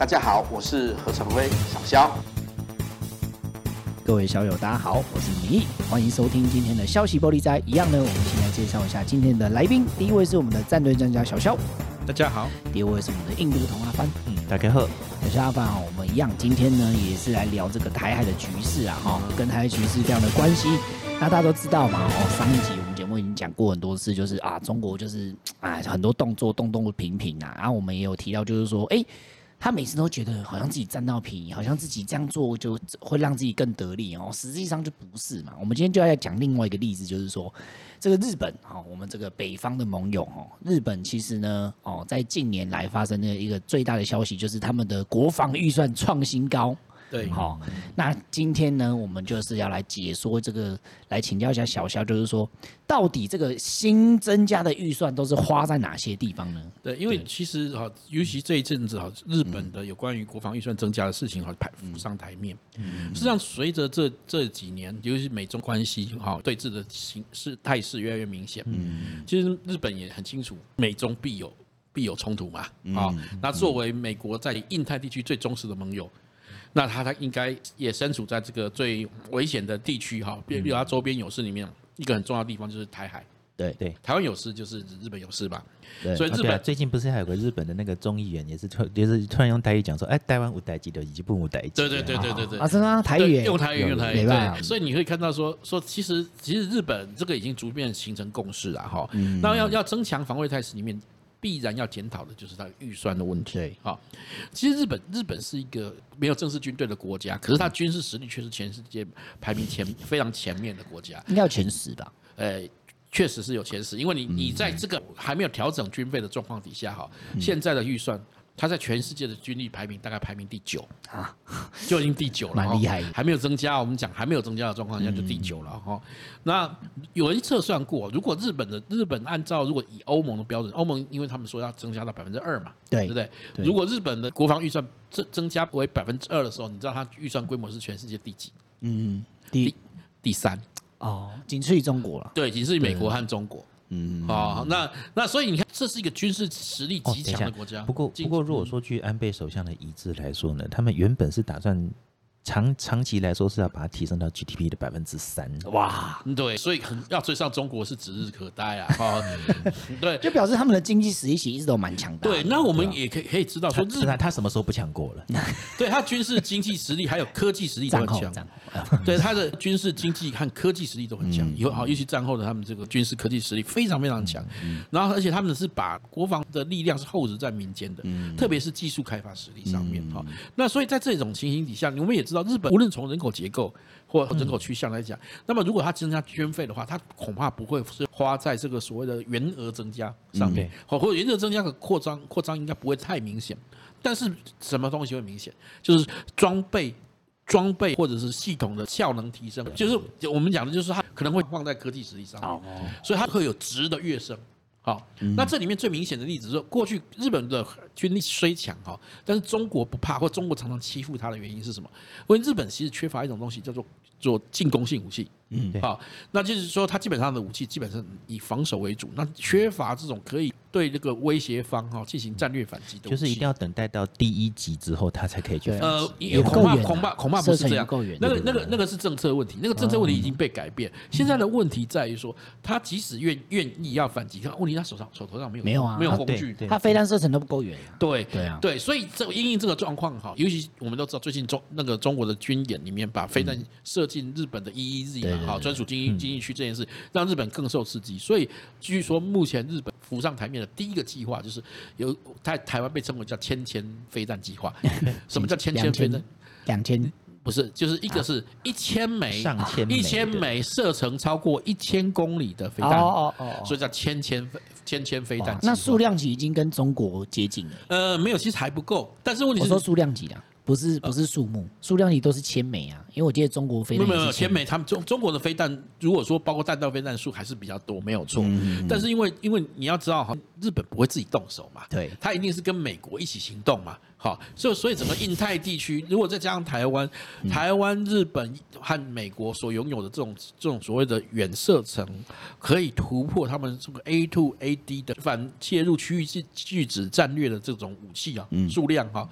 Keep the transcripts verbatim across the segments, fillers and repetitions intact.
大家好，我是何成辉，小肖。 各位小友，大家好，我是米，欢迎收听今天的消息玻璃斋。一样呢，我们先来介绍一下今天的来宾。第一位是我们的战队专家小肖， 大家好。 第二位是我们的印度同阿帆， 嗯，大家好。 小肖阿帆啊，我们一样，今天呢也是来聊这个台海的局势啊，哈，跟台海局势非常的关系。那大家都知道嘛，哦，上一集我们节目已经讲过很多次，就是啊，中国就是啊很多动作动动频频啊，然后我们也有提到，就是说，哎。他每次都觉得好像自己占到便宜，好像自己这样做就会让自己更得利哦，实际上就不是嘛。我们今天就要讲另外一个例子，就是说这个日本哦，我们这个北方的盟友哦，日本其实呢哦，在近年来发生的一个最大的消息就是他们的国防预算创新高。 对， 好、哦，那今天呢，我们就是要来解说这个，来请教一下小肖，就是说，到底这个新增加的预算都是花在哪些地方呢？ 对，因为其实哈，尤其这一阵子哈，日本的有关于国防预算增加的事情哈，浮上台面。嗯，实际上随着这这几年，尤其是美中关系哈对峙的形势态势越来越明显。嗯，其实日本也很清楚，美中必有必有冲突嘛。啊、嗯，那作为美国在印太地区最忠实的盟友。那他他应该也身处在这个最危险的地区哈，比如他周边有事里面一个很重要的地方就是台海， 对对， 台湾有事就是日本有事吧， 所以日本、啊、最近不是还有个日本的那个众议员也是突就是突然用台语讲说，哎，台湾有代志的日本有代志， 对对对对对对啊，真的啊，台语用台语用台语， 对， 所以你可以看到说说其实其实日本这个已经逐渐形成共识了哈，嗯、那要要增强防卫态势里面。必然要检讨的就是它预算的问题。 对， 好，其实日本日本是一个没有正式军队的国家，可是它军事实力却是全世界排名前非常前面的国家， 应该有前十吧？ 呃，确实是有前十，因为你你在这个还没有调整军费的状况底下，哈，现在的预算。它在全世界的军力排名大概排名第九啊，就已经第九了， 蛮厉害， 还没有增加。我们讲还没有增加的状况下就第九了哈。那有人测算过，如果日本的日本按照如果以欧盟的标准，欧盟因为他们说要增加到百分之二嘛， 对对不对？如果日本的国防预算增增加为百分之二的时候，你知道它预算规模是全世界第几？ 嗯， 第第三哦，仅次于中国了。 对，仅次于美国和中国。嗯，好，那那所以你看，这是一个军事实力极强的国家。 哦、不过，不过，如果说据安倍首相的遗志来说呢，他们原本是打算长长期来说是要把它提升到 G D P 的百分之三。 哇，对，所以很要追上中国是指日可待啊！哦，对， 就表示他们的经济实力其实一直都蛮强大的。 对，那我们也可以可以知道说，日本他什么时候不强过了？ 对，他军事经济实力还有科技实力都很强。对，他的军事经济和科技实力都很强，以后好，尤其战后的他们这个军事科技实力非常非常强。然后，而且他们是把国防的力量是厚植在民间的，特别是技术开发实力上面。哈，那所以在这种情形底下，我们也知道，日本无论从人口结构或人口趋向来讲，那么如果他增加军费的话，他恐怕不会是花在这个所谓的员额增加上面，或者员额增加的扩张扩张应该不会太明显。但是什么东西会明显？就是装备。装备或者是系统的效能提升，就是我们讲的，就是它可能会放在科技实力上面，所以它会有质的跃升。好，那这里面最明显的例子是，过去日本的军力虽强哈，但是中国不怕，或中国常常欺负它的原因是什么？因为日本其实缺乏一种东西叫做做进攻性武器。嗯，好，那就是说它基本上的武器基本上以防守为主，那缺乏这种可以对这个威胁方哈进行战略反击的武器， 就是一定要等待到第一级之后，它才可以去反击。 呃，也恐怕恐怕恐怕不是这样，那个那个那个是政策问题，那个政策问题已经被改变。现在的问题在于说，他即使愿愿意要反击，问题他手上手头上没有没有啊没有工具， 他飞弹射程都不够远。 对对啊， 对，所以这因应这个状况哈，尤其我们都知道最近中那个中国的军演里面把飞弹射进日本的 E E Z 嘛，好专属经济经济区这件事，让日本更受刺激。所以据说目前日本浮上台面的第一个计划，就是有在台湾被称为叫千千飞弹计划。什么叫千千飞弹？ 两千不是，就是一个是一千枚， 上千枚， 一千枚射程超过一千公里的飞弹，哦哦哦，所以叫千千千千飞弹。 那数量级已经跟中国接近了。 呃，没有，其实还不够。但是问题是， 我说数量级啊。不是不是数目，数量级都是千枚啊，因为我记得中国飞弹没有没有千枚，他们中中国的飞弹，如果说包括弹道飞弹数还是比较多，没有错。嗯、但是因为因为你要知道哈，日本不会自己动手嘛， 对， 他一定是跟美国一起行动嘛，好，所以所以整个印太地区，如果再加上台湾、台湾、日本和美国所拥有的这种这种所谓的远射程，可以突破他们这个 A 二 A D 的反切入区域拒止战略的这种武器啊，数量哈。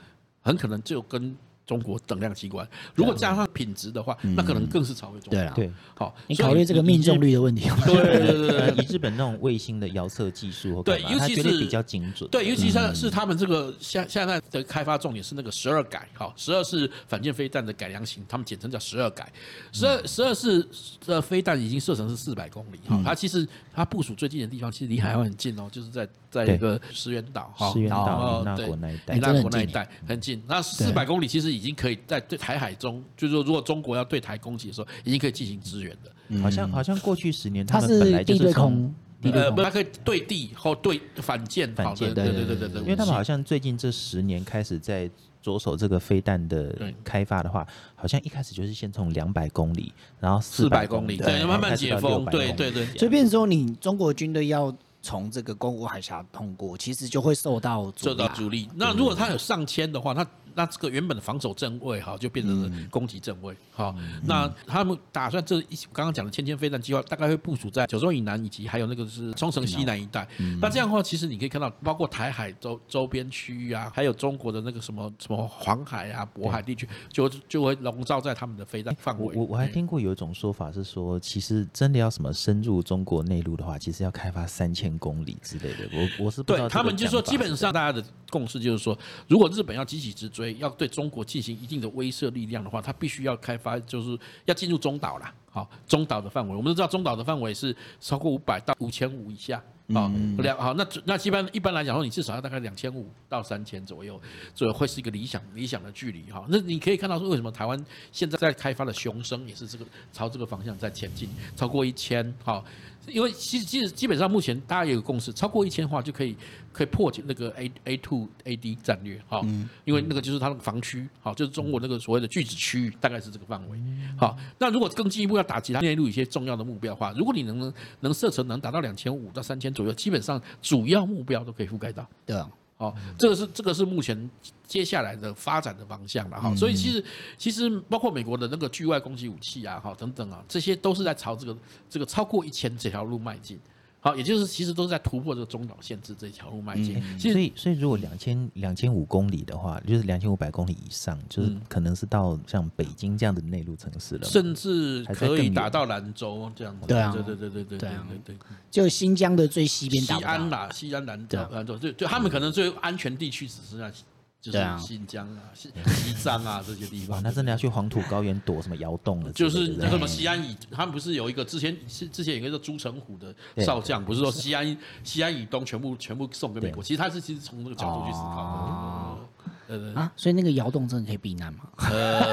很可能就跟中国等量齐观。如果加上品质的话，那可能更是超越中国。 对啊， 对， 好， 你考虑这个命中率的问题。 对对对对呃，以日本那种卫星的遥测技术或干嘛， 对，尤其是它绝对比较精准。 对，尤其是是他们这个现现在的开发重点是那个十二改，好，十二是反舰飞弹的改良型，他们简称叫十二改。十二十二是的飞弹已经射程是四百公里，哈，它其实它部署最近的地方其实离海湾很近哦，就是在在一个石垣岛，哈， 石垣岛、 哦那国那一带， 那国那一带很近。那四百公里其实已经可以在对台海中，就是说如果中国要对台攻击的时候，已经可以进行支援的。 好像好像过去十年它他们本来是地就是从对空。 呃，不，它可以对地或对反舰， 反舰， 对对对对对， 因为他们好像最近这十年开始在着手这个飞弹的开发的话，好像一开始就是先从两百公里，然后四百公里，对，慢慢解封， 对对对。 所以变成说，你中国军队要从这个宫古海峡通过，其实就会受到受到阻力。那如果它有上千的话，那那这个原本的防守阵位哈，就变成了攻击阵位。好，那他们打算这一刚刚讲的千千飞弹计划，大概会部署在九州以南以及还有那个是冲绳西南一带。那这样的话，其实你可以看到，包括台海周周边区域啊，还有中国的那个什么什么黄海啊、渤海地区，就就会笼罩在他们的飞弹范围。 我我还听过有一种说法是说，其实真的要什么深入中国内陆的话，其实要开发三千公里之类的。我我是不知道对他们就说，基本上大家的共识就是说，如果日本要急起直追，要对中国进行一定的威慑力量的话，它必须要开发，就是要进入中岛啦。好，中岛的范围，我们都知道中岛的范围是超过五百到五千五以下。好，两好，那那一般一般来讲说，你至少要大概两千五到三千左右，左右会是一个理想理想的距离哈。那你可以看到说，为什么台湾现在在开发的雄升也是这个朝这个方向在前进，超过一千好。因为其实其实基本上目前大家也有共识，超过一千的话就可以可以破解那个 A A two A D 战略哈，因为那个就是它的防区，好，就是中国那个所谓的拒止区域，大概是这个范围。好，那如果更进一步要打击它内陆一些重要的目标的话，如果你能能射程能达到两千五到三千左右，基本上主要目标都可以覆盖到。 对啊。 哦，这个是这个是目前接下来的发展的方向了哈，所以其实其实包括美国的那个距外攻击武器啊，哈等等啊，这些都是在朝这个这个超过一千这条路迈进。好，也就是其实都是在突破这个中岛限制这一条路迈进。 嗯、所以，所以如果两千两千五公里的话，就是两千五百公里以上，就是可能是到像北京这样的内陆城市了， 甚至可以打到兰州这样子。 对啊， 对对对对对对对对， 就新疆的最西边打西安啦，西安兰州，兰州，就就他们可能最安全地区只是那。就是新疆啊、西西藏啊这些地方， 哇，那真的要去黄土高原躲什么窑洞了？ 就是那什么西安以，他们不是有一个之前是之前有一个叫朱成虎的少将，不是说西安西安以东全部全部送给美国，其实他是其实从这个角度去思考的。 哦呃啊，所以那个窑洞真的可以避难吗？ 呃，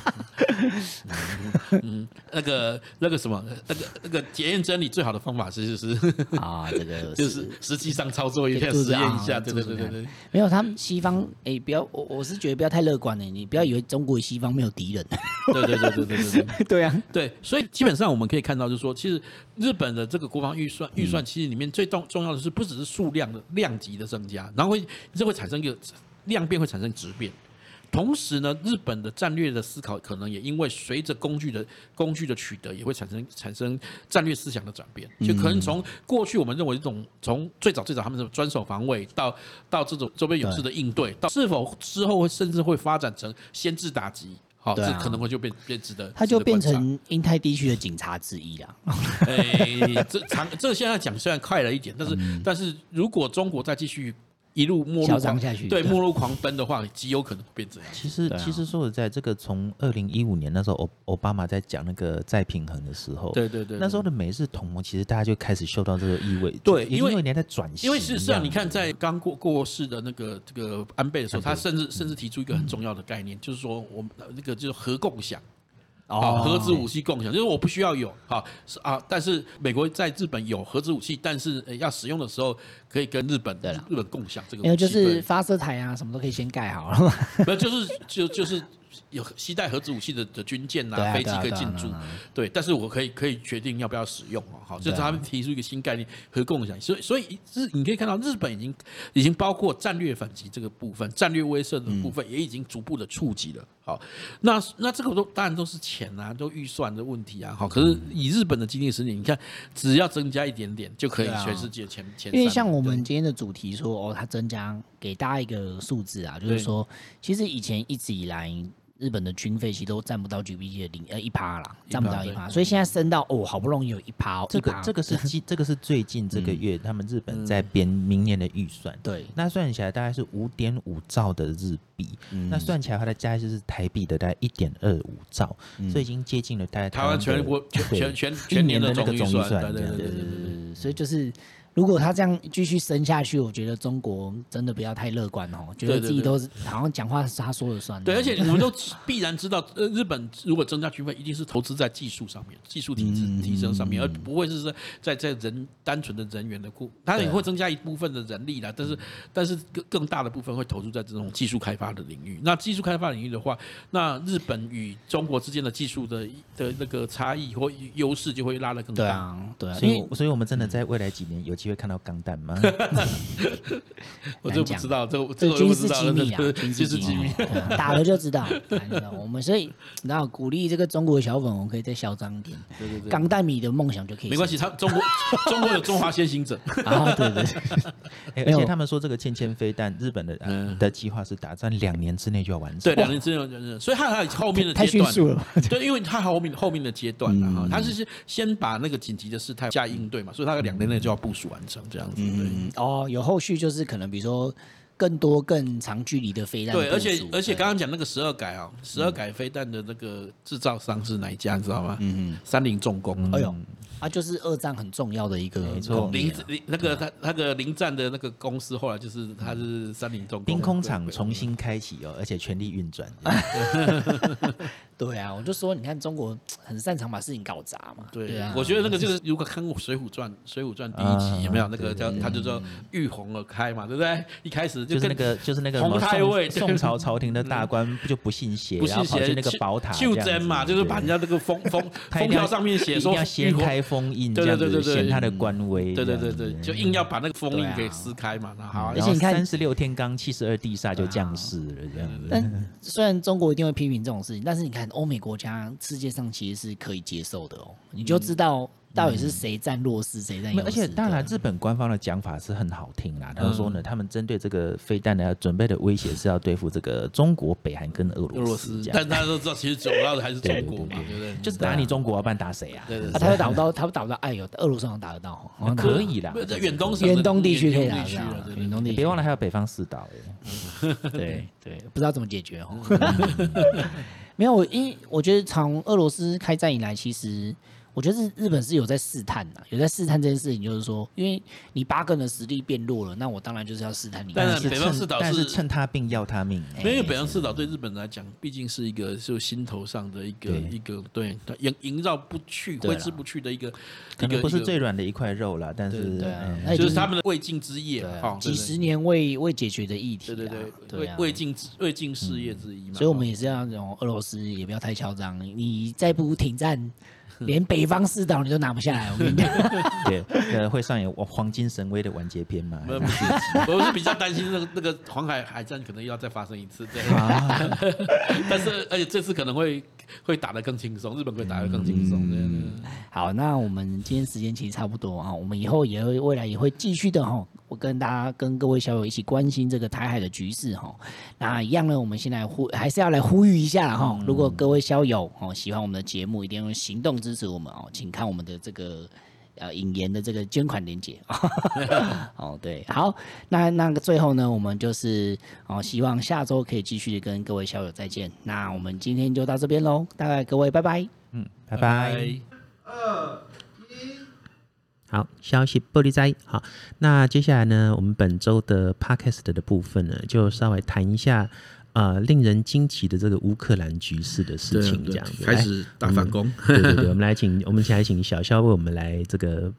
嗯，那个那个什么，那个那个检验真理最好的方法是就是啊，这个就是实际上操作一下，实验一下，对对对对对。 没有，他们西方哎，不要我我是觉得不要太乐观哎，你不要以为中国西方没有敌人。 对对对对对对对对啊， 对，所以基本上我们可以看到，就是说，其实日本的这个国防预算预算，其实里面最重重要的是不只是数量的量级的增加，然后会这会产生一个。量变会产生质变，同时呢，日本的战略的思考可能也因为随着工具的工具的取得，也会产生产生战略思想的转变。就可能从过去我们认为这种从最早最早他们的专守防卫，到到这种周边勇士的应对，到是否之后会甚至会发展成先制打击。好，这可能会就变变值得， 它就变成印太地区的警察之一了。 哎，这长这现在讲虽然快了一点，但是、嗯、但是如果中国再继续。一路没入狂下去， 对，没入狂奔的话，极有可能变这样。 其实，啊、其实说实在，这个从二零一五年那时候，奥奥巴马在讲那个再平衡的时候， 对对 对, 对， 那时候的美日同盟，其实大家就开始嗅到这个意味。 对， 因为年在转型， 因为事实上，你看在刚过过世的那个这个安倍的时候，他甚至甚至提出一个很重要的概念，嗯、就是说我们那个就是核共享。哦，核子武器共享就是我不需要有好啊，但是美国在日本有核子武器，但是要使用的时候可以跟日本日本共享这个武器。 没有，就是发射台啊，什么都可以先盖好了。 不就是就就是有携带核子武器 的, 的军舰啊， 啊飞机可以进驻， 对, 啊对, 对，但是我可以可以决定要不要使用哦，好，就是他们提出一个新概念核共享，所以所以日你可以看到日本已经已经包括战略反击这个部分，战略威慑的部分也已经逐步的触及了，好，那那这个都当然都是钱啊，都预算的问题啊，好，可是以日本的经济实力，你看只要增加一点点就可以全世界前前三， 因为像我们今天的主题说哦，它增加给大家一个数字啊，就是说其实以前一直以来。日本的军费其实都占不到 G D P 的零呃一趴啦，占不到一趴，所以现在升到哦，好不容易有一趴， 这个这个是这个是最近这个月、嗯、他们日本在编明年的预算， 对、嗯， 那算起来大概是五点五兆的日币、嗯，那算起来它的加就是台币的大概一点二五兆、嗯，所以已经接近了大概台湾全国全全全年的总预算，对对对对对， 所以就是。如果他这样继续升下去，我觉得中国真的不要太乐观哦，觉得自己都是好像讲话是他说了算。 对，而且我们都必然知道，呃，日本如果增加军费，一定是投资在技术上面、技术体制提升上面，而不会是在在人单纯的人员的库，当然也会增加一部分的人力啦，但是但是更更大的部分会投入在这种技术开发的领域。那技术开发领域的话，那日本与中国之间的技术的的那个差异或优势就会拉得更大。 对啊，对啊， 所以所以我们真的在未来几年有机会看到钢弹吗？ 我就不知道，这个这军事机密啊， 军事机密， 打了就知道。我们所以你知道，鼓励这个中国的小粉红可以再嚣张一点，对对对，钢弹迷的梦想就可以。 没关系，他中国中国有中华先行者啊，对对对。而且他们说这个千千飞弹，日本的、呃、的计划是打算两年之内就要完成。 对，两年之内完成，所以他还有后面的阶段， 太迅速了。 对，因为他后面后面的阶段啊，他是先把那个紧急的事态加以应对嘛，所以他两年内就要部署完成这样子。 嗯，哦，有后续就是可能比如说更多更长距离的飞弹。 对，而且而且刚刚讲那个十二改啊，十二改飞弹的那个制造商是哪一家，你知道吗？嗯嗯，三菱重工。 哎呦，啊，就是二战很重要的一个零那个他那个零战的那个公司，后来就是他是三菱重工。 兵工厂重新开启哦，而且全力运转。 对啊，我就说你看中国很擅长把事情搞砸嘛。 对, 对啊， 我觉得那个就是如果看过《水浒传》，《水浒传》第一集、啊、有没有那个叫他就叫遇红而开嘛，对不对？一开始就就是那个就是那个洪太尉， 宋朝朝廷的大官就不信邪， 不信邪， 那个宝塔就真嘛，就是把人家那个封封封票上面写说要先开封印， 对对对对对， 显他的官威， 对对对对，就硬要把那个封印给撕开嘛。那好， 而且你看三十六天罡，七十二地煞就降世了这样子。 但虽然中国一定会批评这种事情，但是你看欧美国家。世界上其实是可以接受的哦，你就知道到底是谁占弱势，谁占优势。 而且当然，日本官方的讲法是很好听啦。他说呢，他们针对这个飞弹呢，准备的威胁是要对付这个中国、北韩跟俄罗斯。 但大家都知道，其实主要的还是中国嘛，对不对？ 就是打你中国，要不然打谁啊？ 对对。 他会打不到，他会打不到。哎呦，俄罗斯能打得到， 可以啦。 远东远东地区可以打得到，远东地区。 别忘了还有北方四岛哎。对对，不知道怎么解决哦。没有，我因为我觉得从俄罗斯开战以来，其实我觉得日日本是有在试探的，有在试探这件事情，就是说，因为你八个人的实力变弱了，那我当然就是要试探你。 但是北方四岛是趁他病要他命， 因为北方四岛对日本来讲，毕竟是一个就心头上的一个一个对萦萦绕不去、挥之不去的一个， 可能不是最软的一块肉啦，但是对， 就是他们的未尽之业， 几十年未未解决的议题， 对对对，未未尽未尽事业之一嘛。 所以我们也是要那种俄罗斯也不要太嚣张，你再不挺战。连北方四岛你都拿不下来，我跟你讲。 对，呃，会上演黄金神威的完结篇嘛？ 我是比较担心那个那个黄海海战可能要再发生一次，对。啊、但是而且这次可能会会打得更轻松，日本会打得更轻松。嗯、 好，那我们今天时间其实差不多啊，我们以后也会未来也会继续的哈，我跟大家跟各位小友一起关心这个台海的局势哈。那一样呢，我们现在呼还是要来呼吁一下了哈，如果各位小友哦喜欢我们的节目，一定要用行动支持我们哦，请看我们的这个呃引言的这个捐款连结哦，对，好，那那个最后呢，我们就是哦，希望下周可以继续跟各位小友再见。那我们今天就到这边喽，大概各位拜拜， 嗯，拜拜。 二一， 好，消息玻璃斋。好，那接下来呢，我们本周的 Podcast 的部分呢，就稍微谈一下。呃，令人惊奇的这个乌克兰局势的事情，这样子开始打反攻。 对对对，我们来请，我们先来请小肖为我们来这个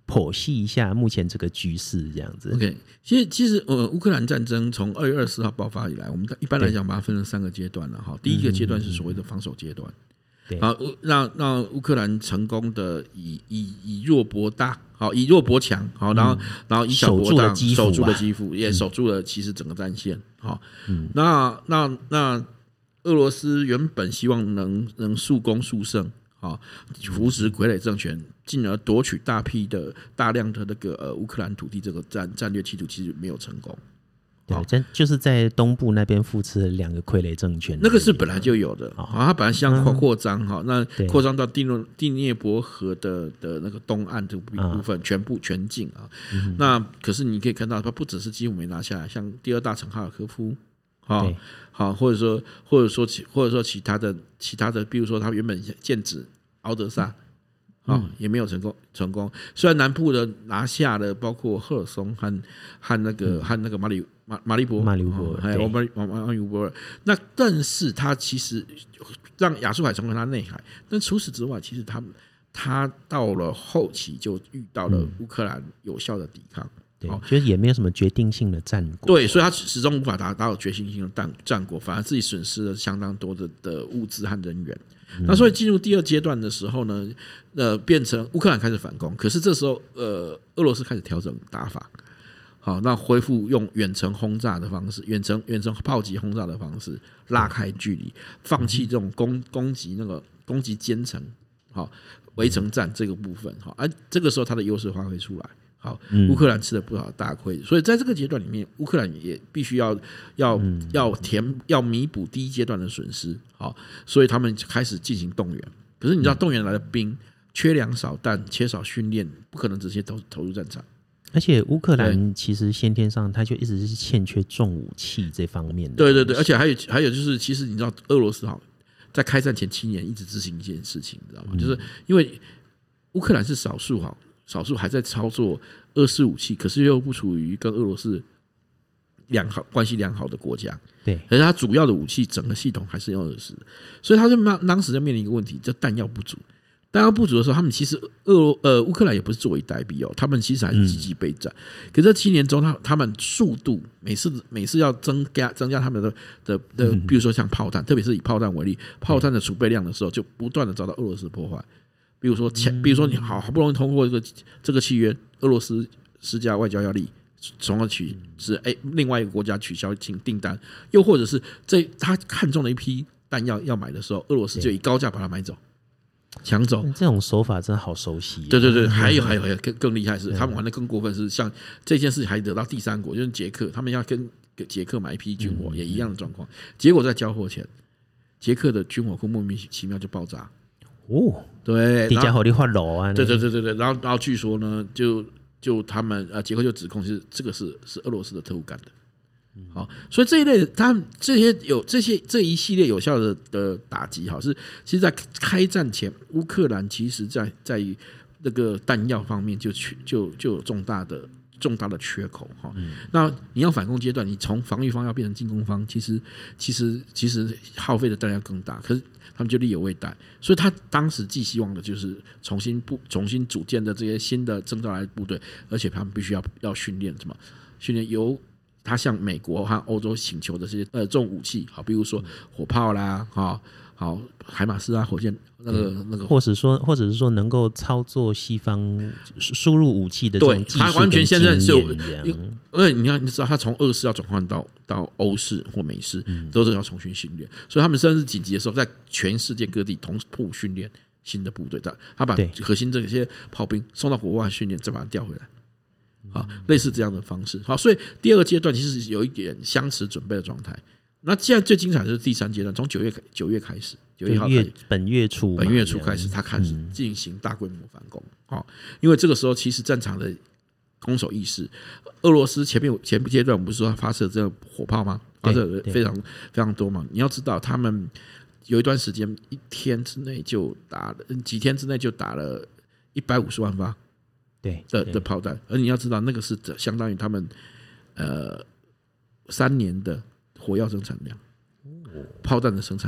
剖析一下目前这个局势这样子。 OK， 其实其实呃，乌克兰战争从二月二十四号爆发以来，我们一般来讲把它分成三个阶段了哈。第一个阶段是所谓的防守阶段， 对， 好，让让乌克兰成功的以以以弱博大，好，以弱博强，好，然后、嗯、然后以小博大，守住了基辅，也守住了其实整个战线，好，嗯，那那那俄罗斯原本希望能能速攻速胜。啊，扶持傀儡政权，进而夺取大批的大量的那个呃乌克兰土地，这个战战略企图其实没有成功。 对，这就是在东部那边扶持了两个傀儡政权， 那个是本来就有的。啊，它本来希望扩张哈，那扩张到第诺第聂伯河的的那个东岸这部分全部全境啊。嗯、那可是你可以看到，它不只是几乎没拿下来，像第二大城哈尔科夫。好，好，或者说，或者说其，或者说其他的，其他的，比如说他原本剑指敖德萨，啊、嗯，也没有成功，成功。虽然南部的拿下了，包括赫尔松和和那个、嗯、和那个马里马马利波， 马里乌波尔， 还有马马马里乌波尔。那但是他其实让亚速海成为他内海，但除此之外，其实他他到了后期就遇到了乌克兰有效的抵抗。 对，就是也没有什么决定性的战果。 对，所以他始终无法达到决心性的战战果，反而自己损失了相当多的的物资和人员。嗯、那所以进入第二阶段的时候呢，呃，变成乌克兰开始反攻，可是这时候呃，俄罗斯开始调整打法，好，那恢复用远程轰炸的方式，远程远程炮击轰炸的方式拉开距离，放弃这种攻攻击那个攻击坚城，好，围城战这个部分，好，而这个时候他的优势发挥出来。好，乌克兰吃了不少大亏，所以在这个阶段里面，乌克兰也必须要要、嗯、要填要弥补第一阶段的损失。好，所以他们开始进行动员。可是你知道，动员来的兵缺粮少弹，缺少训练，不可能直接投投入战场。 而且乌克兰其实先天上他就一直是欠缺重武器这方面的。 对对对，而且还有还有就是，其实你知道，俄罗斯好在开战前七年一直执行一件事情，你知道吗？嗯、就是因为乌克兰是少数哈。少数还在操作俄式武器，可是又不处于跟俄罗斯良好关系良好的国家， 对， 而且它主要的武器整个系统还是用俄罗斯，所以他就当时就面临一个问题，叫弹药不足。弹药不足的时候，他们其实俄呃乌克兰也不是坐以待毙哦，他们其实还是积极备战。嗯、可是这七年中，他他们速度每次每次要增加增加他们的的的，比如说像炮弹，特别是以炮弹为例，炮弹的储备量的时候，就不断的遭到俄罗斯破坏。比如说，比如说你好好不容易通过这个这个契约，俄罗斯施加外交压力，从而取是哎另外一个国家取消订单，又或者是这他看中了一批弹药要买的时候，俄罗斯就以高价把它买走，抢走。 这种手法真的好熟悉、啊。 对对对，还有还有还有更更厉害是，他们玩的更过分是，像这件事还得到第三国，就是捷克，他们要跟捷克买一批军火，也一样的状况。结果在交货前，捷克的军火库莫名其妙就爆炸。 哦， 对， 底下火力化楼啊， 对对对对对，然后然后据说呢，就就他们呃捷克就指控是这个是是俄罗斯的特务干的，好，所以这一类他们这些有这些这一系列有效的的打击，好是其实，在开战前，乌克兰其实在在于那个弹药方面就就就有重大的重大的缺口哈。嗯、那你要反攻阶段，你从防御方要变成进攻方，其实其实其实耗费的弹药更大，可是他们就力有未逮，所以他当时寄希望的就是重新部重新组建的这些新的征召来的部队，而且他们必须要要训练什么？训练由他向美国和欧洲请求的这些呃重武器，好，比如说火炮啦，好。好，海马斯啊，火箭那个、嗯、那个， 或者说，或者是说能够操作西方输入武器的这种技术， 他完全现在是有，因为你看，你知道，他从俄式要转换到到欧式或美式，嗯、都是要重新训练，所以他们甚至紧急的时候，在全世界各地同步训练新的部队，他他把核心这些炮兵送到国外训练，再把它调回来。好，类似这样的方式。好，所以第二个阶段其实有一点相持准备的状态。那现在最精彩的是第三阶段，从九月九月开始，九月号开始， 本月初， 本月初开始，他开始进行大规模反攻。好、嗯，因为这个时候其实战场的攻守意识，俄罗斯前面前阶段我们不是说他发射这个火炮吗？发射非常非常多嘛。你要知道，他们有一段时间一天之内就打了，几天之内就打了一百五十万发， 对的的炮弹，而你要知道，那个是相当于他们呃三年的火药生产量，炮弹的生产量，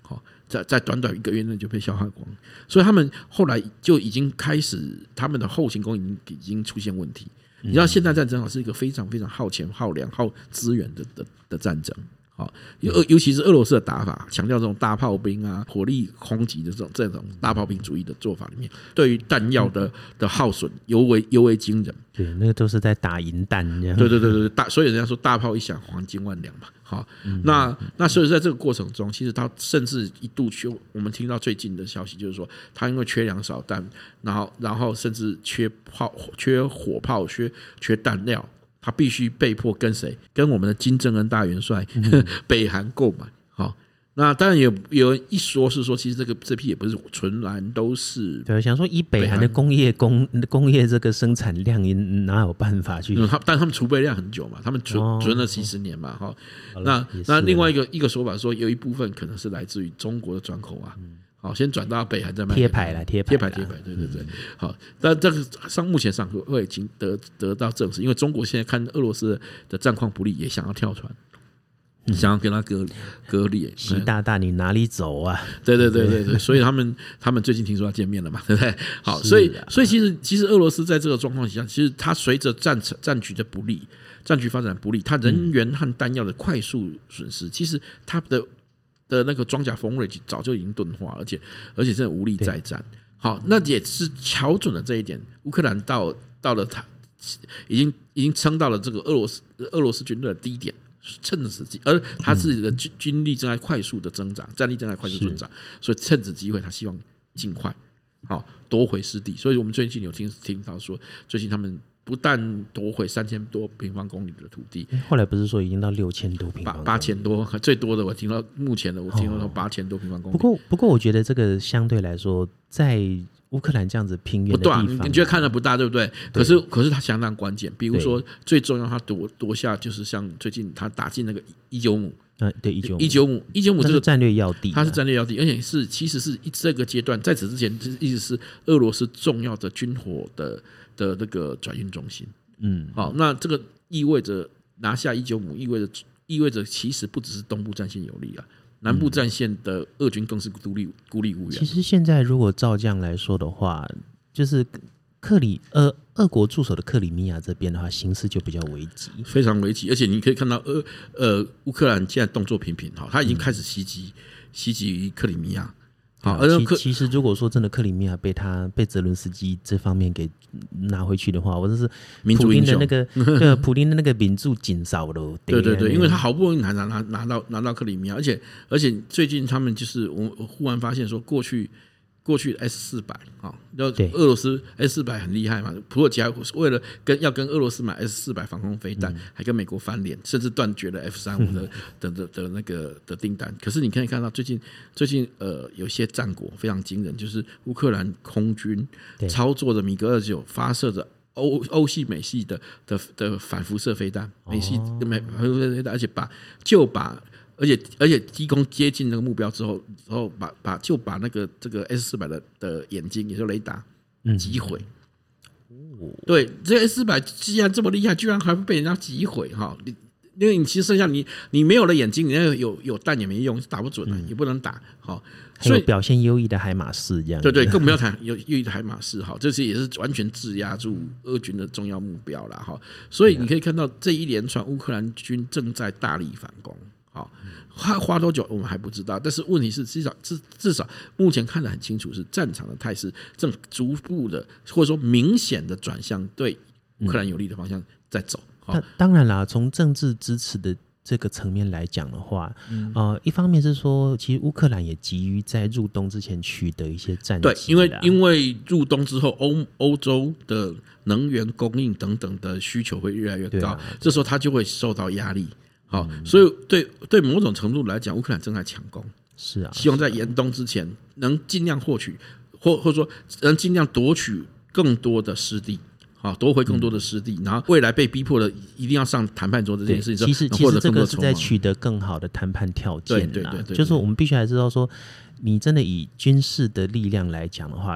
在在短短一个月内就被消耗光，所以他们后来就已经开始他们的后勤供应已经出现问题。你知道现代战争是一个非常非常耗钱、耗粮、耗资源的的的战争。好，尤尤其是俄罗斯的打法，强调这种大炮兵啊、火力空击的这种这种大炮兵主义的做法里面，对于弹药的的耗损尤为尤为惊人。 对，那个都是在打银弹这样。 对对对对，大所以人家说大炮一响，黄金万两嘛。好，那那所以在这个过程中，其实他甚至一度缺，我们听到最近的消息就是说，他因为缺粮少弹，然后然后甚至缺炮、缺火炮、缺缺弹料。他必须被迫跟谁？跟我们的金正恩大元帅、嗯、北韩购买。好，那当然有有人一说是说，其实这个这批也不是纯然都是。 对，想说以北韩的工业工工业这个生产量，哪有办法去？ 嗯、但他们储备量很久嘛，他们存、哦、存了几十年嘛。哈、哦，那那另外一个一个说法说，有一部分可能是来自于中国的转口啊。嗯好，先转到北韩再卖贴牌啦，贴牌，贴牌，贴牌，对对对。嗯、好，但这个上目前上会已经得得到证实，因为中国现在看俄罗斯的战况不利，也想要跳船，嗯、想要跟他割割裂。 习大大，你哪里走啊？ 对对对对对，所以他们他们最近听说要见面了嘛，对不对？好，所以所以其实其实俄罗斯在这个状况下，其实它随着战战局的不利，战局发展不利，它人员和弹药的快速损失，嗯、其实它的。的那个装甲锋锐早就已经钝化，而且而且真的无力再战。好，那也是瞧准了这一点，乌克兰到到了他已经已经撑到了这个俄罗斯俄罗斯军队的低点，趁着时机，而他自己的军军力正在快速的增长，战力正在快速增长，所以趁着机会，他希望尽快好夺回失地。所以我们最近有听听到说，最近他们。不但夺回三千多平方公里的土地， 后来不是说已经到六千多平方公里， 八千多，最多的我听到目前的我听到八千多平方公里。 不过，不过我觉得这个相对来说，在乌克兰这样子平原的地方， 不对、啊，你觉得看得不大，对不对？可是，可是它相当关键。比如说，最重要，它夺夺下就是像最近他打进那个伊久姆。 嗯，对，一九五， 一九五，一九五这个战略要地， 它是战略要地，而且是其实是这个阶段，在此之前一直是俄罗斯重要的军火的的那个转运中心。嗯，好，那这个意味着拿下一九五，意味着意味着其实不只是东部战线有利啊，南部战线的俄军更是孤立孤立无援。 其实现在如果照这样来说的话，就是克里呃俄国驻守的克里米亚这边的话，形势就比较危急， 非常危急。而且你可以看到，俄呃乌克兰现在动作频频，哈，他已经开始袭击、嗯、袭击于克里米亚。好，而其其实如果说真的克里米亚被他被泽伦斯基这方面给拿回去的话，我真是普丁的那个对普丁的那个民族紧少了。 对对对，因为他好不容易拿拿拿到拿到克里米亚，而且而且最近他们就是我忽然发现说过去。过去 S 四百 啊，俄罗斯 S 四百 很厉害嘛，土耳其还为了跟要跟俄罗斯买 S 四百 防空飞弹、嗯，还跟美国翻脸，甚至断绝了 F 三十五 的、嗯、的的的那个的订单。可是你可以看到最近最近呃有些战果非常惊人，就是乌克兰空军操作的米格二十九发射的欧欧系美系的的的反辐射飞弹，美系美反辐射飞弹，而且把就把。而且而且低空接近那个目标之后，然后把把就把那个这个 S 四百 的的眼睛，也就是雷达击毁。嗯、对，这个 S 四百 既然这么厉害，居然还会被人家击毁哈！因为你其实剩下你你没有了眼睛，你那有有弹也没用，打不准了、嗯，也不能打哈。 所以表现优异的海马士这样， 对对，更不要谈有优异的海马士哈，这些也是完全制压住俄军的重要目标啦哈。所以你可以看到这一连串乌克兰军正在大力反攻。好，花花多久我们还不知道，但是问题是至少至至少目前看得很清楚，是战场的态势正逐步的或者说明显的转向对乌克兰有利的方向在走。 嗯、当然啦，从政治支持的这个层面来讲的话，嗯呃，一方面是说，其实乌克兰也急于在入冬之前取得一些战绩。 对，因为因为入冬之后，欧欧洲的能源供应等等的需求会越来越高，啊、这时候它就会受到压力。好，所以对对某种程度来讲，乌克兰正在抢攻， 是啊， 希望在严冬之前能尽量获取，或或者说能尽量夺取更多的失地，好，夺回更多的失地，嗯、然后未来被逼迫的一定要上谈判桌这件事情， 其实其实这个是在取得更好的谈判条件啦。对对 对, 对, 对，就是我们必须还知道说，你真的以军事的力量来讲的话。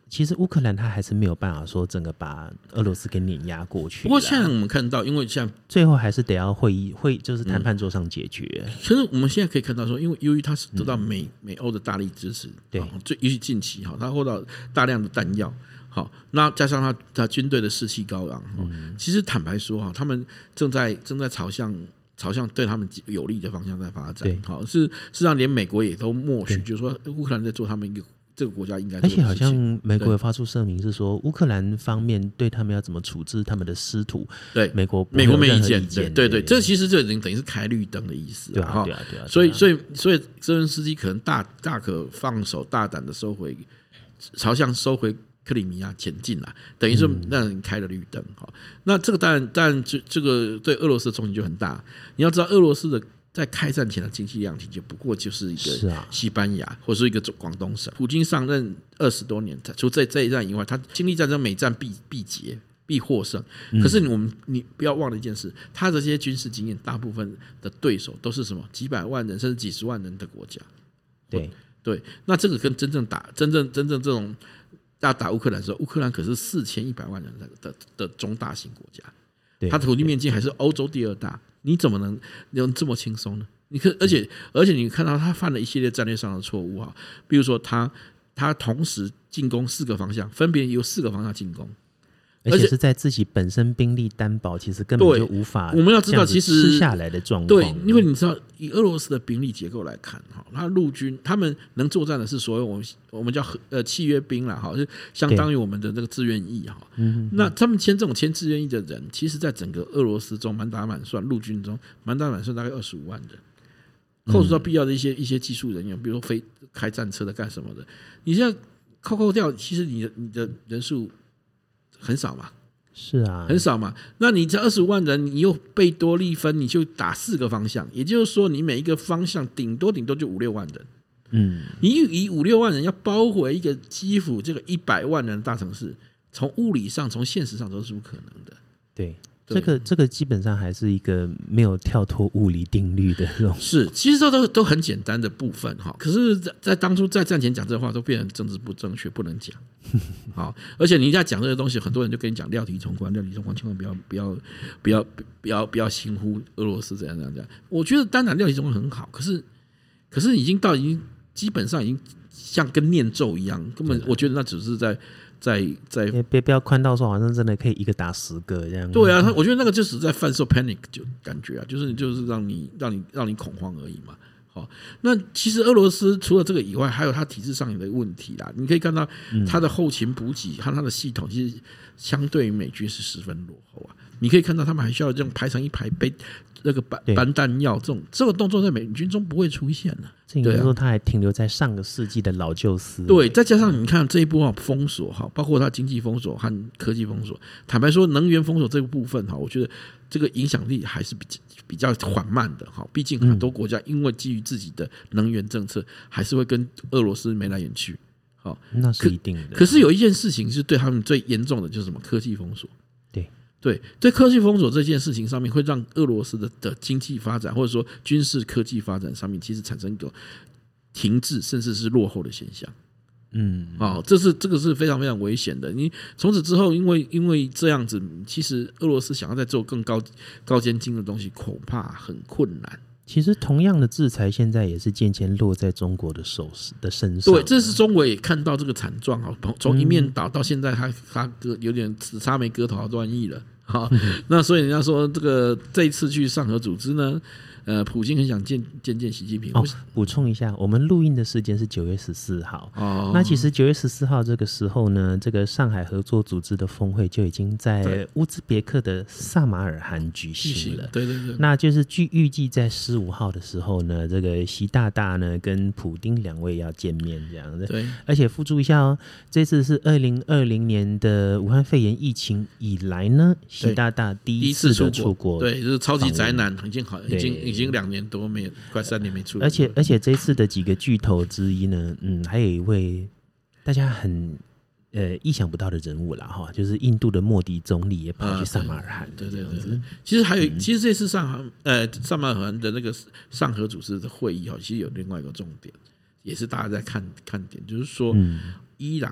其实乌克兰他还是没有办法说整个把俄罗斯给碾压过去。 不过现在我们看到，因为像最后还是得要会议会就是谈判桌上解决。 嗯、其实我们现在可以看到说，因为由于他是得到美、嗯、美欧的大力支持， 对， 最尤其近期哈，他获到大量的弹药，好，那加上他他军队的士气高昂，嗯、其实坦白说哈，他们正在正在朝向。朝向对他们有利的方向在发展，好，是事实上连美国也都默许，就是说乌克兰在做他们一个这个国家应该做的事情。 而且好像美国有发出声明是说，乌克兰方面对他们要怎么处置他们的师徒， 对美国美国没意见， 对对对，这其实就已经等于是开绿灯的意思， 对啊对啊对啊。 所以所以所以泽连斯基可能大大可放手大胆的收回，朝向收回克里米亚前进啦，等于是让人开了绿灯。嗯、那这个当然，当然这这个对俄罗斯的冲击就很大。你要知道，俄罗斯的在开战前的经济量体就不过就是一个西班牙、啊、或者是一个广东省。普京上任二十多年，除这这一战以外，他经历战争每战必必捷。必获胜，可是我们你不要忘了一件事，他的这些军事经验，大部分的对手都是什么几百万人甚至几十万人的国家。 对对，那这个跟真正打真正真正这种。要打乌克兰的时候，乌克兰可是四千一百万人 的, 的, 的中大型国家，它土地面积还是欧洲第二大，你怎么能能这么轻松呢？你可而且而且你看到他犯了一系列战略上的错误啊，比如说他他同时进攻四个方向，分别有四个方向进攻。 而且是在自己本身兵力单薄，其实根本就无法我们要知道，其实吃下来的状况。 对，因为你知道，以俄罗斯的兵力结构来看，哈，他陆军他们能作战的是所谓我们我们叫呃契约兵啦，哈，就相当于我们的这个志愿役哈。那他们签这种签志愿役的人，其实在整个俄罗斯中满打满算，陆军中满打满算大概二十五万人，扣除到必要的一些一些技术人员，比如说飞开战车的干什么的，你现在扣扣掉，其实你的你的人数。很少嘛， 是啊， 很少嘛。那你这二十五万人，你又贝多利分，你就打四个方向，也就是说，你每一个方向顶多顶多就五六万人。嗯，你以五六万人要包回一个基辅这个一百万人的大城市，从物理上、从现实上都是不可能的。 对。这个这个基本上还是一个没有跳脱物理定律的这种， 是其实这都都很简单的部分哈。可是在，在当初在战前讲这话，都变成政治不正确，不能讲。好，而且你在讲这个东西，很多人就跟你讲料敌从宽，料敌从宽，千万不要不要不要不要不要轻忽俄罗斯怎样怎样怎样。我觉得当然料敌从宽很好，可是可是已经到已经基本上已经像跟念咒一样，根本我觉得那只是在。在在别不要宽到说好像真的可以一个打十个这样。 对啊，我觉得那个就是在贩售 panic 就感觉啊，就是就是让你让你让你恐慌而已嘛。好，那其实俄罗斯除了这个以外，还有它体制上的问题啦。你可以看到它的后勤补给和它的系统，其实相对于美军是十分落后啊。你可以看到他们还需要这种排成一排背那个搬搬弹药，这种这个动作在美军中不会出现的。 这应该说，它还停留在上个世纪的老旧思维。 对，再加上你看这一波封锁哈，包括它经济封锁和科技封锁。坦白说，能源封锁这个部分哈，我觉得这个影响力还是比较比较缓慢的哈。毕竟很多国家因为基于自己的能源政策，还是会跟俄罗斯眉来眼去。好， 那是一定的。 可是有一件事情是对他们最严重的，就是什么科技封锁。 对。 对，对科技封锁这件事情上面，会让俄罗斯 的, 的经济发展或者说军事科技发展上面，其实产生一个停滞甚至是落后的现象。嗯，哦，这是这个是非常非常危险的。你从此之后，因为因为这样子，其实俄罗斯想要再做更高高尖精的东西，恐怕很困难。 其实同样的制裁，现在也是渐渐落在中国的手的身上。 对，这是中国也看到这个惨状啊，从一面倒到现在他，他他有点只差没割头断义了。好，那所以人家说这个这一次去上合组织呢，呃，普京很想见见见习近平。 哦，补充一下，我们录音的时间是九月十四号。哦，那其实九月十四号这个时候呢，这个上海合作组织的峰会就已经在乌兹别克的萨马尔罕举行了。 对对对。 那就是据预计在十五号的时候呢，这个习大大呢跟普丁两位要见面这样子。 对。 而且附注一下哦，这次是二零二零年的武汉肺炎疫情以来呢，习大大第一次的出国。 对，就是超级宅男，已经好，已经已经两年多没有，快三年没出国。 而且而且这次的几个巨头之一呢，嗯，还有一位大家很呃意想不到的人物啦哈，就是印度的莫迪总理也跑去萨马尔罕、啊。 对对对对，其实还有，嗯、其实这次上呃萨马尔罕的那个上合组织的会议哈，其实有另外一个重点，也是大家在看看点，就是说，嗯、伊朗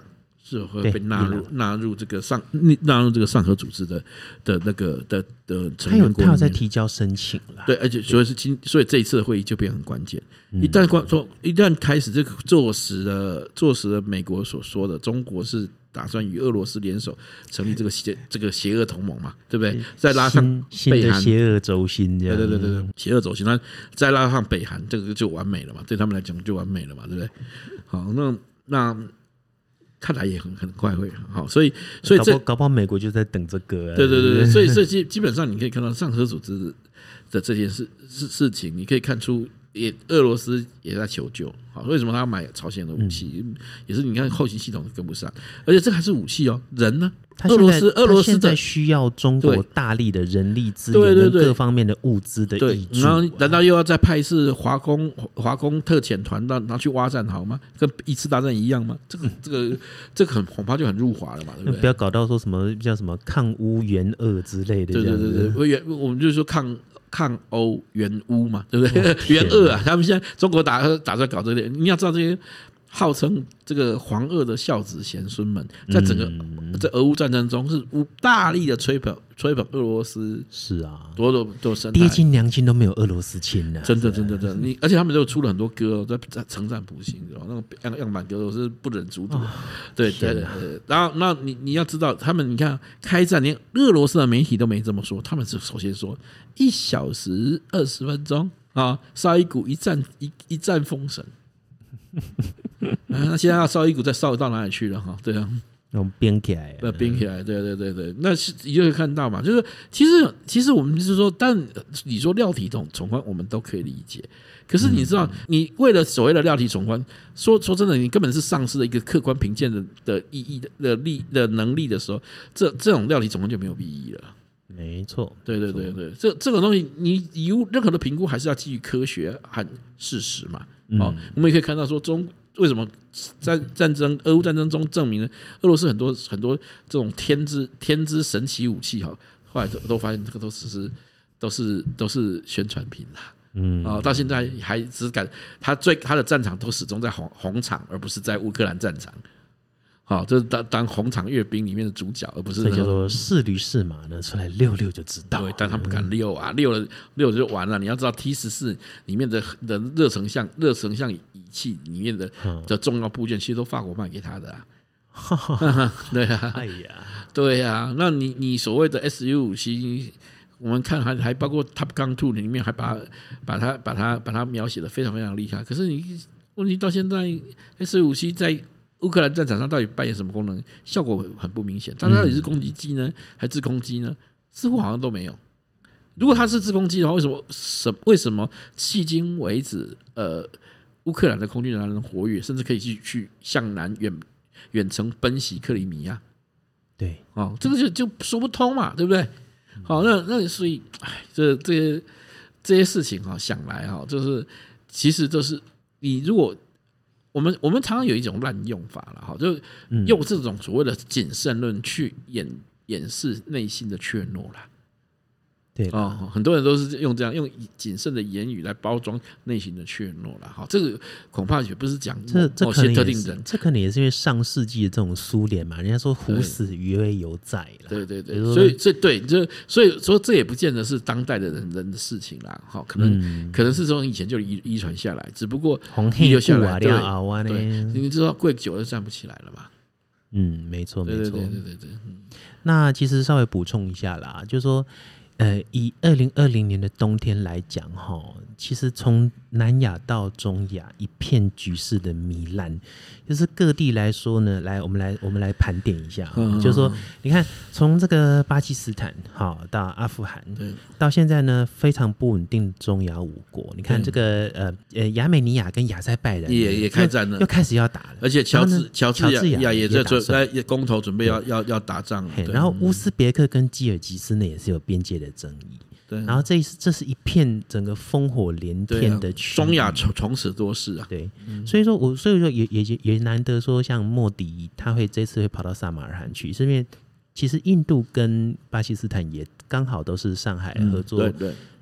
是会被纳入纳入这个上纳入这个上合组织的的那个的的成员国里面。他有他有在提交申请了， 对，而且所以是今所以这一次的会议就变得很关键。嗯、一旦说一旦开始这个坐实了坐实了美国所说的，中国是打算与俄罗斯联手成立这个邪这个邪恶同盟嘛，对不对？再拉上北韩邪恶轴心，这样对对对对，邪恶轴心，那再拉上北韩，这个就完美了嘛，对他们来讲就完美了嘛，对不对？好，那那。看来也很很快会好，所以所以这搞不好搞不好美国就在等这个、啊。 对对对，所以所以基基本上你可以看到上合组织的这件事事事情，你可以看出也俄罗斯也在求救。好，为什么他要买朝鲜的武器？嗯、也是你看后勤系统跟不上，而且这还是武器哦，人呢？俄罗斯俄罗斯在需要中国大力的人力资源跟各方面的物资的挹注， 然后难道又要再派是华工华工特遣团到拿去挖战壕吗？跟一次大战一样吗？这个这个这个很恐怕就很入华了嘛，对不对？ 不要搞到说什么叫什么抗乌援俄之类的， 对对对对，我们就是说抗。抗欧援乌嘛，对不对？援俄啊，他们现在中国打打算搞这个，你要知道这些号称这个黄俄的孝子贤孙们，在整个、嗯、在俄乌战争中是大力的吹捧吹捧俄罗斯， 是啊， 多多都生爹亲娘亲都没有俄罗斯亲的、啊， 真的真的真的，你而且他们都出了很多歌在在称赞普京，那种样样板歌我是不忍卒读，哦、对对对对，然后那你你要知道，他们你看开战，连俄罗斯的媒体都没这么说，他们是首先说一小时二十分钟啊，烧一股一战一一战封神。啊、那现在要烧一股，再烧到哪里去了哈？对啊， 用编起来， 对，编起来，对对对对，那是你就会看到嘛，就是其实其实我们就是说，但你说料体统闯关，我们都可以理解。可是你知道，你为了所谓的料体闯关，说说真的，你根本是丧失了一个客观评鉴的的意义的的力的能力的时候，这这种料体闯关就没有意义了。 没错， 对对对对，这这种东西，你有任何的评估还是要基于科学和事实嘛。嗯、哦，我们也可以看到说中为什么在战争俄乌战争中证明了俄罗斯很多很多这种天之天之神奇武器哈，后来都都发现这个都只是都是都是宣传品啦。嗯，啊、哦，到现在还只敢他最他的战场都始终在红红场，而不是在乌克兰战场。好、哦，这是当当红场阅兵里面的主角，而不是所以叫做是驴是马呢，出来溜溜就知道。 对，但他不敢溜啊，溜了溜了就完了。你要知道 T 十四里面的的热成像热成像仪器里面的的重要部件，其实都法国卖给他的啊。对啊， 哎呀， 对啊，那你你所谓的 S U 武器，我们看还还包括 Top Gun 二里面还把把它把它把它描写的非常非常厉害。可是你问题到现在 S U 武器在乌克兰战场上到底扮演什么功能？效果很不明显。它到底是攻击机呢，还是制空机呢？似乎好像都没有。如果它是制空机的话，为什么什为什么迄今为止，呃，乌克兰的空军仍然能活跃，甚至可以去去向南远远程奔袭克里米亚？ 对， 哦，这个就就说不通嘛，对不对？好，那那所以，哎，这这些这些事情哈，想来哈，就是其实都是你如果。我们我们常常有一种滥用法了哈，就用这种所谓的谨慎论去掩掩饰内心的怯懦啦。 对哦，很多人都是用这样用谨慎的言语来包装内心的怯懦啦。哈，这个恐怕也不是讲某些特定人， 这可能也是因为上世纪的这种苏联嘛，人家说虎死余威犹在啦。 对对对，所以这对这所以说这也不见得是当代的人人的事情啦。哈，可能、嗯、可能是从以前就遗遗传下来，只不过遗留下来，对对，你知道跪久了站不起来了嘛。 嗯，没错没错， 对对对对对。嗯、 那其实稍微补充一下啦，就是说。呃，以二零二零年的冬天来讲，哈，其实从南亚到中亚一片局势的糜烂，就是各地来说呢，来我们来我们来盘点一下，嗯、就是说，你看从这个巴基斯坦好到阿富汗，到现在呢非常不稳定中亚五国，你看这个呃呃亚美尼亚跟亚塞拜然也也开战了， 又开始要打了， 而且乔治乔治亚也在准在公投准备要要要打仗了， 然后乌兹别克跟吉尔吉斯呢也是有边界的争议。对，然后这这是一片整个烽火连天的区域、 啊、中亚从此多事啊。 对，嗯、所以说我所以说也也也难得说像莫迪他会这次会跑到萨马尔罕去，是因为其实印度跟巴基斯坦也刚好都是上海合作、嗯、对对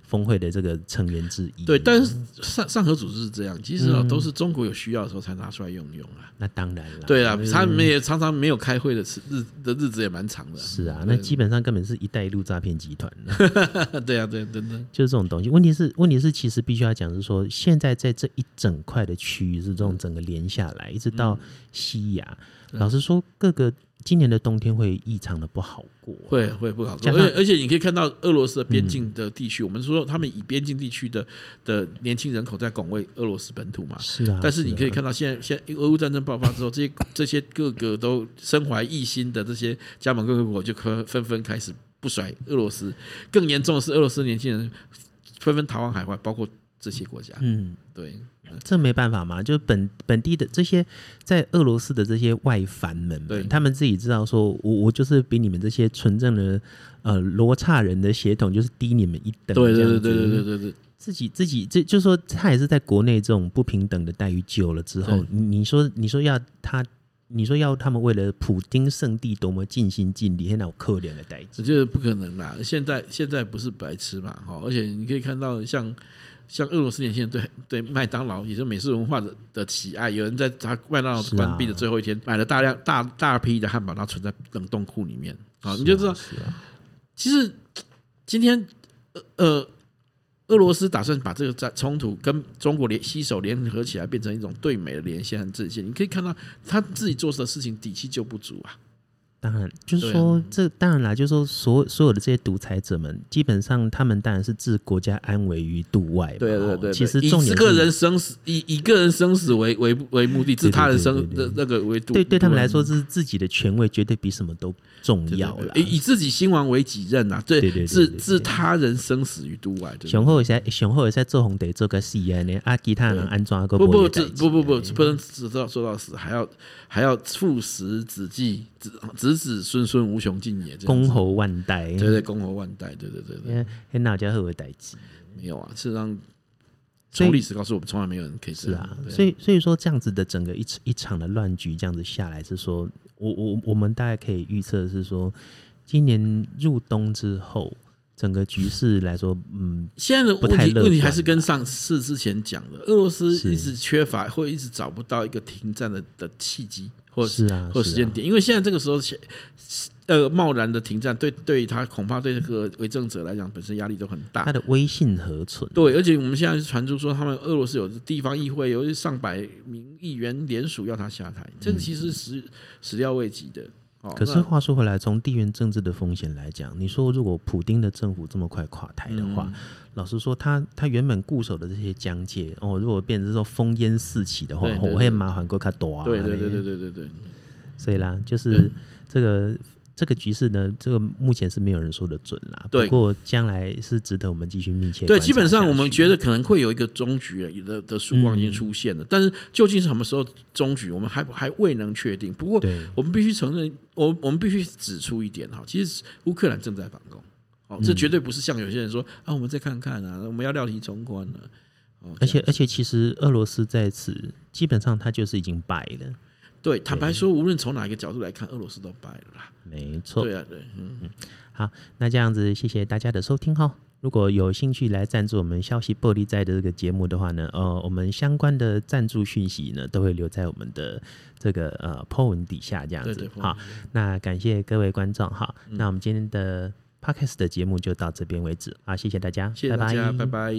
峰会的这个成员之一。 对，但是上上合组织是这样，其实、哦嗯、都是中国有需要的时候才拿出来用用啊。 那当然了， 对啊，他们也常常没有开会的日的日子也蛮长的。 是啊，那基本上根本是一带一路诈骗集团对啊，对，真的就是这种东西。问题是，问题是，其实必须要讲是说，现在在这一整块的区域是这种整个连下来，一直到西亚。嗯、老实说，各个今年的冬天会异常的不好过， 会会不好过。而且而且你可以看到俄罗斯的边境的地区，嗯、我们说他们以边境地区的的年轻人口在拱卫俄罗斯本土嘛。 是啊。 但是你可以看到现在现在俄乌战争爆发之后，这些这些各个都身怀异心的这些加盟共和国就纷纷开始不甩俄罗斯。更严重的是，俄罗斯年轻人纷纷逃往海外，包括这些国家。嗯，对。 这没办法嘛，就本本地的这些在俄罗斯的这些外藩们们，他们自己知道说，我我就是比你们这些纯正的呃罗刹人的血统就是低你们一等， 对对对对对对对， 自己自己这就说他也是在国内这种不平等的待遇久了之后，你你说你说要他。你说要他们为了普丁圣地多么尽心尽力，那有可怜的代志， 我觉得不可能啦。现在现在不是白痴嘛，而且你可以看到像像俄罗斯年轻人对对麦当劳，也就是美式文化 的, 的喜爱，有人在他麦当劳关闭的最后一天，买了大量大大批的汉堡，然后存在冷冻库里面，啊，你就知道，其实今天呃。俄罗斯打算把这个冲突跟中国联携手联合起来，变成一种对美的连线和阵线。你可以看到他自己做的事情底气就不足啊。 当然，就是说，啊、这当然啦，就是说所，所有的这些独裁者们，基本上他们当然是置国家安危于度外嘛。 对对 对, 对， 其实重点是以个人生死，以以个人生死为为为目的，置他人生的那个为度。 对对他们来说，这是自己的权位绝对比什么都重要啦。 以自己兴亡为己任啊，对对对，置置他人生死于度外。 雄厚在雄厚在做红得做个死啊呢，啊，其他人安装个不不不不不不能只到做到死，还要还要父死子继，子子子孙孙无穷尽也， 公侯万代。 对对，公侯万代，对对对对。 很哪家好的代志？ 没有啊，事实上，从历史告诉我们，从来没有人可以这样。 是啊，所以所以说这样子的整个一一场的乱局，这样子下来是说，我我我们大概可以预测是说，今年入冬之后。整个局势来说，嗯， 现在的问题问题还是跟上次之前讲的，俄罗斯一直缺乏或一直找不到一个停战的的契机，或是啊， 或时间点，因为现在这个时候，呃，贸然的停战，对对他恐怕对这个为政者来讲，本身压力都很大， 他的威信何存？ 对，而且我们现在传出说，他们俄罗斯有地方议会有上百名议员联署要他下台，这个其实是始料未及的。 可是话说回来，从地缘政治的风险来讲，你说如果普丁的政府这么快垮台的话，嗯、老实说他，他他原本固守的这些疆界，哦，如果变成说烽烟四起的话，我会麻烦过他多啊。 对对对对对对对。 所以啦，就是这个这个局势呢，这个目前是没有人说的准啦。不过将来是值得我们继续密切观察。 对，基本上我们觉得可能会有一个终局的的曙光已经出现了，嗯、但是究竟是什么时候终局，我们还还未能确定。不过我们必须承认。我我们必须指出一点哈，其实乌克兰正在反攻，哦，这绝对不是像有些人说啊，我们再看看啊，我们要料敌从宽了。哦、 而且而且，其实俄罗斯在此基本上他就是已经败了。 对，坦白说，无论从哪一个角度来看，俄罗斯都败了啦。 没错。 对啊，对，嗯嗯。 好，那这样子，谢谢大家的收听哈。如果有兴趣来赞助我们消息玻璃斋的这个节目的话呢，呃，我们相关的赞助讯息呢，都会留在我们的这个呃 po 文底下这样子。 对对， 好，那感谢各位观众哈、嗯，那我们今天的 podcast 的节目就到这边为止啊，谢谢大家， 谢谢大家，拜拜。拜拜。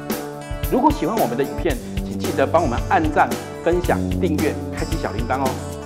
如果喜欢我们的影片，请记得帮我们按赞、分享、订阅、开启小铃铛哦。